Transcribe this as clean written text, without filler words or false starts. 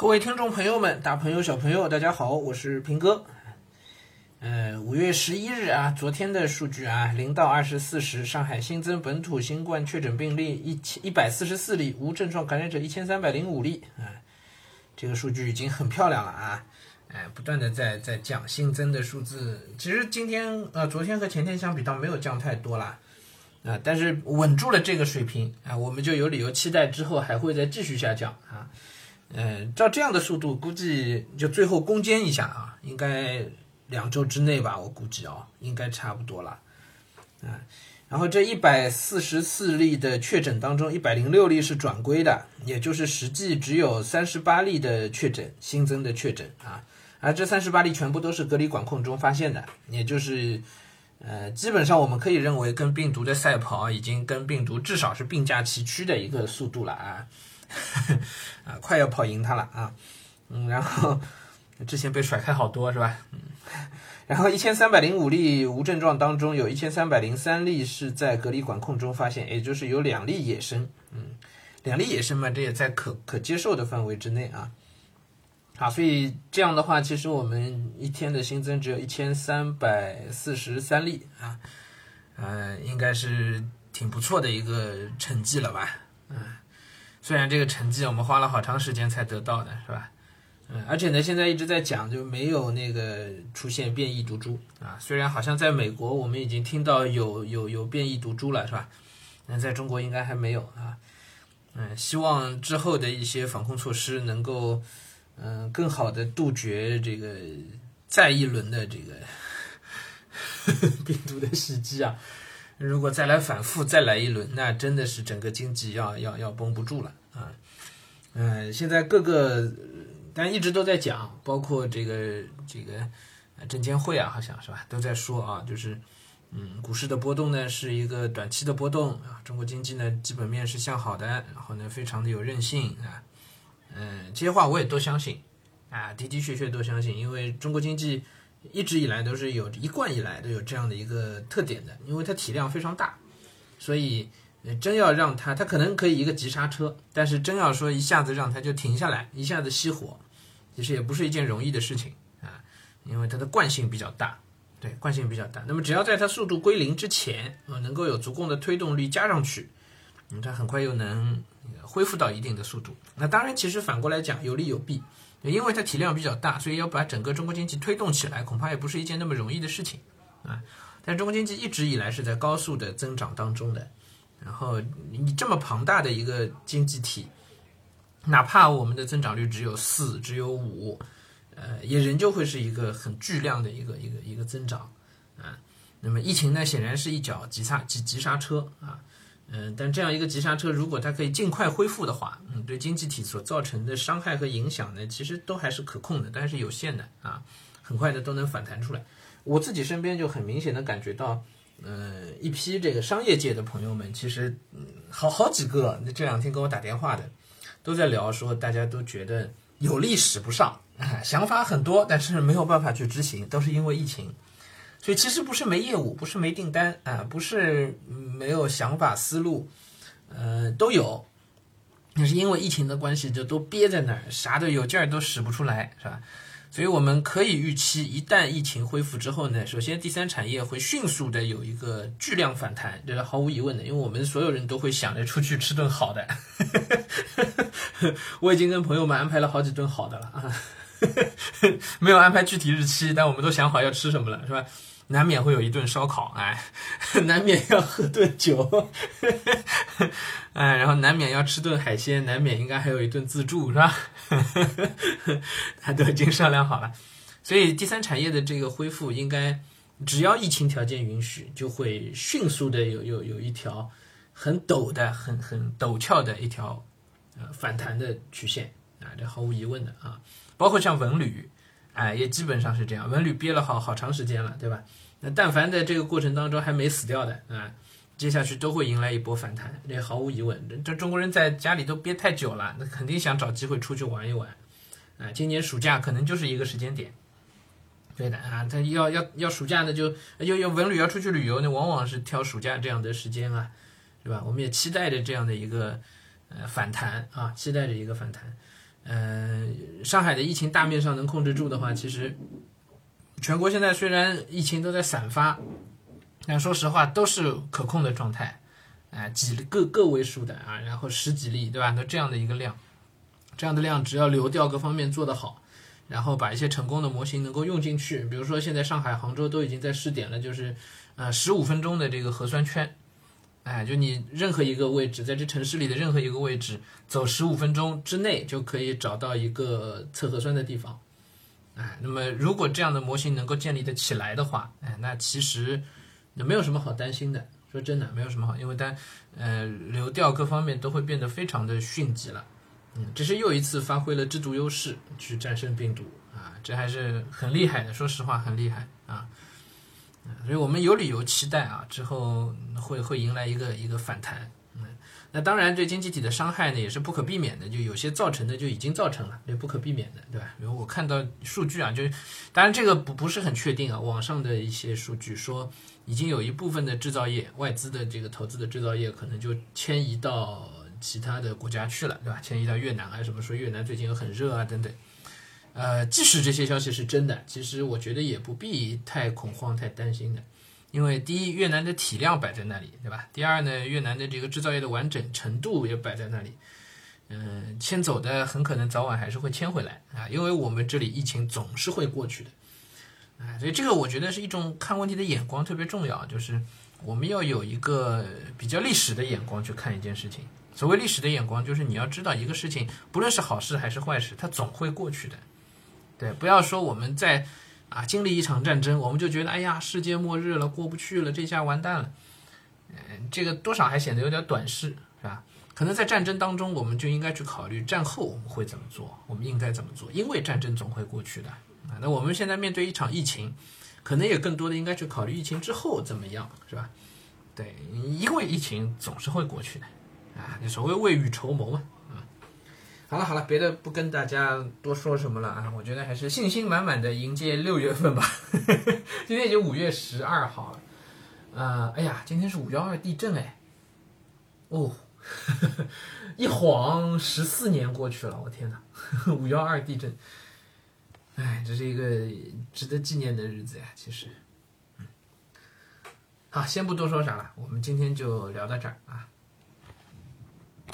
各位听众朋友们，大朋友小朋友，大家好，我是平哥。5月11日啊，昨天的数据啊，0到24时，上海新增本土新冠确诊病例144例，无症状感染者1305例啊，这个数据已经很漂亮了啊。不断的在降，新增的数字，其实昨天和前天相比倒没有降太多啦，但是稳住了这个水平啊，我们就有理由期待之后还会再继续下降啊。照这样的速度，估计就最后攻坚一下啊，应该2周之内吧，我估计应该差不多了。然后这144例的确诊当中，106例是转归的，也就是实际只有38例的确诊，新增的确诊啊，而这38例全部都是隔离管控中发现的，也就是基本上我们可以认为跟病毒的赛跑已经跟病毒至少是并驾齐驱的一个速度了啊。快要跑赢他了啊，然后之前被甩开好多是吧？然后1305例无症状当中有1303例是在隔离管控中发现，也就是有2例野生，2例野生嘛，这也在可接受的范围之内啊。好，所以这样的话，其实我们一天的新增只有1343例啊，应该是挺不错的一个成绩了吧？虽然这个成绩我们花了好长时间才得到的，是吧？而且呢，现在一直在讲，就没有那个出现变异毒株啊。虽然好像在美国我们已经听到有变异毒株了，是吧？那在中国应该还没有啊。希望之后的一些防控措施能够更好的杜绝这个再一轮的这个病毒的袭击啊。如果再来反复再来一轮，那真的是整个经济要绷不住了啊！现在各个但一直都在讲，包括这个证监会啊，好像是吧，都在说啊，就是股市的波动呢是一个短期的波动啊，中国经济呢基本面是向好的，然后呢非常的有韧性啊，这些话我也都相信啊，的确都相信，因为中国经济一直以来都是一贯以来都有这样的一个特点的，因为它体量非常大，所以真要让它可能可以一个急刹车，但是真要说一下子让它就停下来，一下子熄火，其实也不是一件容易的事情啊，因为它的惯性比较大，对，惯性比较大。那么只要在它速度归零之前，能够有足够的推动力加上去，它很快又能恢复到一定的速度。那当然，其实反过来讲，有利有弊。因为它体量比较大，所以要把整个中国经济推动起来，恐怕也不是一件那么容易的事情啊。但中国经济一直以来是在高速的增长当中的，然后你这么庞大的一个经济体，哪怕我们的增长率只有4，只有5，也仍旧会是一个很巨量的一个增长啊。那么疫情呢，显然是一脚急刹车啊。但这样一个急刹车，如果它可以尽快恢复的话，对经济体所造成的伤害和影响呢，其实都还是可控的，但是有限的啊，很快的都能反弹出来。我自己身边就很明显的感觉到，一批这个商业界的朋友们，其实好几个这2天跟我打电话的，都在聊说，大家都觉得有力使不上，想法很多，但是没有办法去执行，都是因为疫情。所以其实不是没业务，不是没订单啊，不是没有想法思路，都有，但是因为疫情的关系，就都憋在那儿，啥都有劲儿都使不出来，是吧？所以我们可以预期，一旦疫情恢复之后呢，首先第三产业会迅速的有一个巨量反弹，这是毫无疑问的，因为我们所有人都会想着出去吃顿好的，我已经跟朋友们安排了好几顿好的了啊，没有安排具体日期，但我们都想好要吃什么了，是吧？难免会有一顿烧烤，难免要喝顿酒，然后难免要吃顿海鲜，难免应该还有一顿自助，是吧？他都已经商量好了，所以第三产业的这个恢复，应该只要疫情条件允许，就会迅速的有一条很陡的、很陡峭的一条反弹的曲线啊，这毫无疑问的啊，包括像文旅。也基本上是这样，文旅憋了好长时间了，对吧？那但凡在这个过程当中还没死掉的接下去都会迎来一波反弹，这毫无疑问。这中国人在家里都憋太久了，那肯定想找机会出去玩一玩今年暑假可能就是一个时间点，对的啊，他要暑假呢，就要文旅要出去旅游，那往往是挑暑假这样的时间啊，是吧？我们也期待着这样的一个反弹啊，期待着一个反弹。 上海的疫情大面上能控制住的话，其实全国现在虽然疫情都在散发，但说实话都是可控的状态，个位数的啊，然后十几例，对吧？那这样的一个量，这样的量只要流调各方面做得好，然后把一些成功的模型能够用进去，比如说现在上海、杭州都已经在试点了，就是15分钟的这个核酸圈。就你任何一个位置，在这城市里的任何一个位置，走15分钟之内就可以找到一个测核酸的地方。那么如果这样的模型能够建立得起来的话，那其实没有什么好担心的。说真的，没有什么好，因为流调各方面都会变得非常的迅疾了。这是又一次发挥了制度优势去战胜病毒这还是很厉害的，说实话很厉害啊。所以我们有理由期待之后会迎来一个反弹。那当然对经济体的伤害呢也是不可避免的，就有些造成的就已经造成了，这不可避免的，对吧？比如我看到数据就当然这个不是很确定网上的一些数据说已经有一部分的制造业，外资的这个投资的制造业可能就迁移到其他的国家去了，对吧？迁移到越南什么说越南最近又很热等等。即使这些消息是真的，其实我觉得也不必太恐慌、太担心的，因为第一，越南的体量摆在那里，对吧？第二呢，越南的这个制造业的完整程度也摆在那里，迁走的很可能早晚还是会迁回来因为我们这里疫情总是会过去的所以这个我觉得是一种看问题的眼光特别重要，就是我们要有一个比较历史的眼光去看一件事情。所谓历史的眼光，就是你要知道一个事情，不论是好事还是坏事，它总会过去的。对，不要说我们在经历一场战争，我们就觉得哎呀世界末日了，过不去了，这下完蛋了。这个多少还显得有点短视，是吧？可能在战争当中，我们就应该去考虑战后我们会怎么做，我们应该怎么做，因为战争总会过去的。那我们现在面对一场疫情，可能也更多的应该去考虑疫情之后怎么样，是吧？对，因为疫情总是会过去的所谓未雨绸缪嘛。好了，别的不跟大家多说什么了我觉得还是信心满满的迎接6月份吧。今天已经5月12号了，哎呀，今天是5.12地震一晃14年过去了，我天哪！5.12地震，这是一个值得纪念的日子呀，其实。好，先不多说啥了，我们今天就聊到这儿